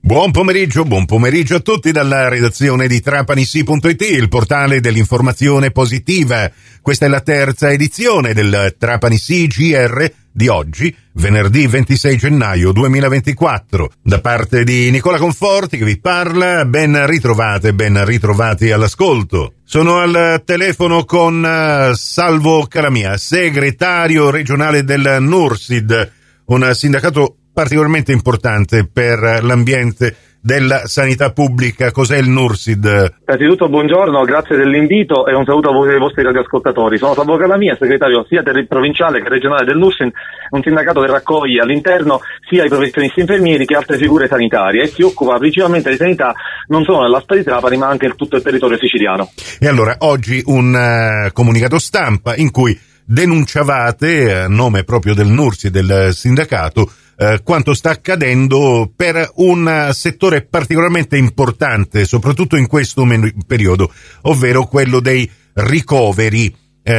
Buon pomeriggio a tutti dalla redazione di Trapanissi.it, il portale dell'informazione positiva. Questa è la terza edizione del Trapanissi GR di oggi, venerdì 26 gennaio 2024. Da parte di Nicola Conforti che vi parla, ben ritrovati all'ascolto. Sono al telefono con Salvo Calamia, segretario regionale del NURSID, un sindacato particolarmente importante per l'ambiente della sanità pubblica. Cos'è il NURSID? Innanzitutto buongiorno, grazie dell'invito e un saluto a voi e ai vostri radioascoltatori. Sono Salvo Calamia, segretario sia provinciale che regionale del NURSID, un sindacato che raccoglie all'interno sia i professionisti infermieri che altre figure sanitarie e si occupa principalmente di sanità non solo nell'Asta di Trapani ma anche in tutto il territorio siciliano. E allora oggi un comunicato stampa in cui denunciavate, a nome proprio del NURSID, del sindacato, quanto sta accadendo per un settore particolarmente importante, soprattutto in questo periodo, ovvero quello dei ricoveri,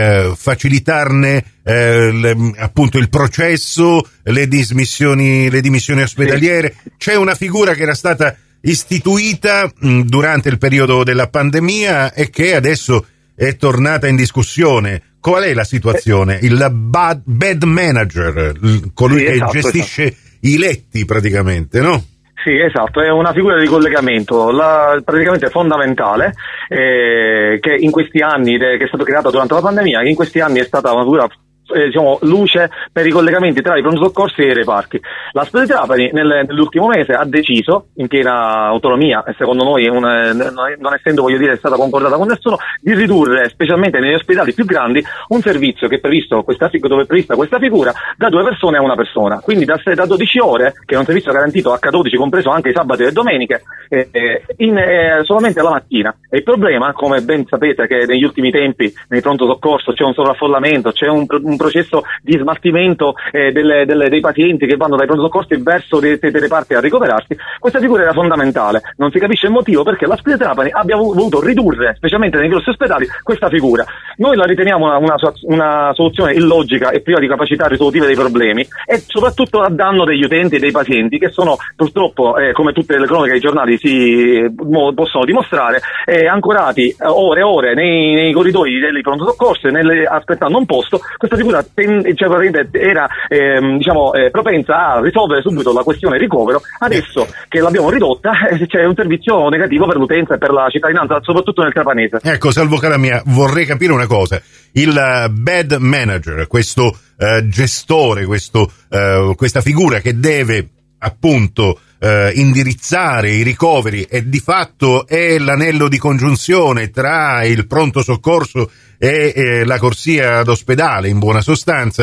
facilitarne appunto il processo, le dimissioni ospedaliere. C'è una figura che era stata istituita durante il periodo della pandemia e che adesso è tornata in discussione. Qual è la situazione? Il bed manager, colui che gestisce i letti praticamente, no? Sì, esatto, è una figura di collegamento praticamente fondamentale che in questi anni, che è stata creata durante la pandemia, che in questi anni è stata una figura luce per i collegamenti tra i pronto soccorsi e i reparti. L'Asta di Trapani nell'ultimo mese ha deciso, in piena autonomia e secondo noi non essendo è stata concordata con nessuno, di ridurre specialmente negli ospedali più grandi un servizio che è previsto dove è prevista questa figura da 2 persone a 1 persona, quindi da 12 ore, che è un servizio garantito H12 compreso anche i sabati e le domeniche, solamente la mattina. E il problema, come ben sapete, che negli ultimi tempi nei pronto soccorso c'è un sovraffollamento, c'è un processo di smaltimento dei pazienti che vanno dai pronto soccorsi verso dei reparti a ricoverarsi. Questa figura era fondamentale, non si capisce il motivo perché l'Asta di Trapani abbia voluto ridurre, specialmente nei grossi ospedali, questa figura. Noi la riteniamo una soluzione illogica e priva di capacità risolutive dei problemi e soprattutto a danno degli utenti e dei pazienti che sono purtroppo, come tutte le cronache dei giornali possono dimostrare, ancorati ore e ore nei corridoi dei pronto soccorsi, aspettando un posto. Questa figura era propensa a risolvere subito la questione ricovero. Adesso che l'abbiamo ridotta c'è un servizio negativo per l'utenza e per la cittadinanza, soprattutto nel Trapanese. Ecco, Salvo Calamia, vorrei capire una cosa. Il bed manager, questo gestore, questa figura che deve appunto indirizzare i ricoveri e di fatto è l'anello di congiunzione tra il pronto soccorso e la corsia d'ospedale, in buona sostanza,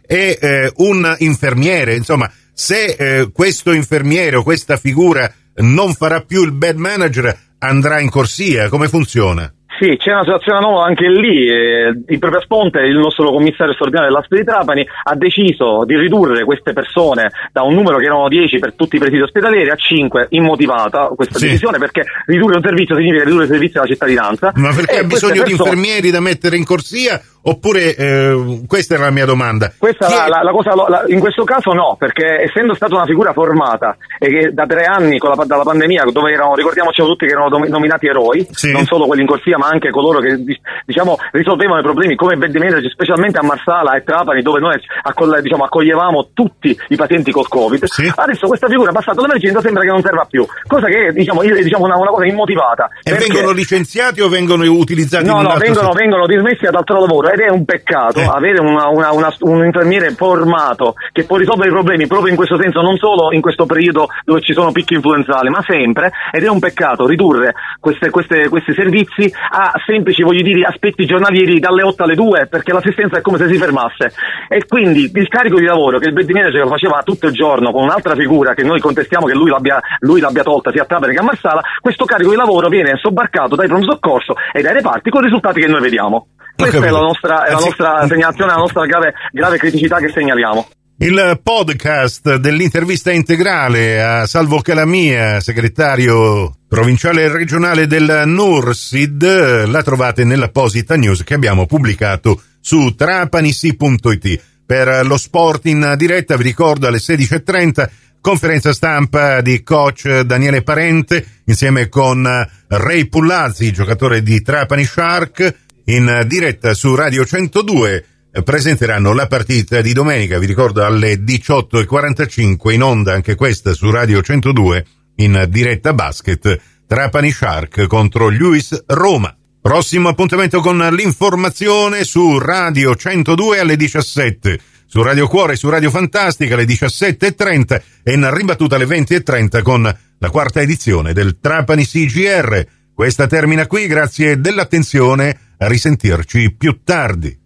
è un infermiere. Insomma, se questo infermiere o questa figura non farà più il bed manager, andrà in corsia. Come funziona? Sì, c'è una situazione nuova anche lì. In propria sponte il nostro commissario straordinario dell'Asta di Trapani ha deciso di ridurre queste persone da un numero che erano 10 per tutti i presidi ospedalieri a 5, immotivata questa decisione, perché ridurre un servizio significa ridurre il servizio alla cittadinanza. Ma perché ha bisogno di infermieri da mettere in corsia? Oppure questa era la mia domanda. Questa la cosa in questo caso no, perché essendo stata una figura formata e che da 3 anni dalla pandemia, dove ricordiamoci tutti che erano nominati eroi, non solo quelli in corsia ma anche coloro che risolvevano i problemi come bed manager, specialmente a Marsala e Trapani, dove noi accoglievamo tutti i pazienti col Covid. Adesso questa figura è passata all'emergenza, sembra che non serva più, cosa che una cosa immotivata. E vengono licenziati o vengono utilizzati? No, vengono dismessi ad altro lavoro. Ed è un peccato avere un infermiere formato che può risolvere i problemi proprio in questo senso, non solo in questo periodo dove ci sono picchi influenzali, ma sempre. Ed è un peccato ridurre questi servizi a semplici, aspetti giornalieri dalle 8 alle 2, perché l'assistenza è come se si fermasse. E quindi il carico di lavoro che il bed manager lo faceva tutto il giorno con un'altra figura che noi contestiamo che lui l'abbia tolta sia a Trapani che a Marsala, questo carico di lavoro viene sobbarcato dai pronto soccorso e dai reparti con i risultati che noi vediamo. Questa è la nostra segnalazione, la nostra grave criticità che segnaliamo. Il podcast dell'intervista integrale a Salvo Calamia, segretario provinciale e regionale del NURSID, la trovate nell'apposita news che abbiamo pubblicato su Trapanissi.it. Per lo sport in diretta vi ricordo alle 16:30 conferenza stampa di coach Daniele Parente insieme con Ray Pullazzi, giocatore di Trapani Shark, in diretta su Radio 102. Presenteranno la partita di domenica, vi ricordo alle 18:45, in onda anche questa su Radio 102, in diretta basket, Trapani Shark contro Lewis Roma. Prossimo appuntamento con l'informazione su Radio 102 alle 17, su Radio Cuore e su Radio Fantastica alle 17:30 e in ribattuta alle 20:30 con la quarta edizione del Trapani CGR. Questa termina qui, grazie dell'attenzione, a risentirci più tardi.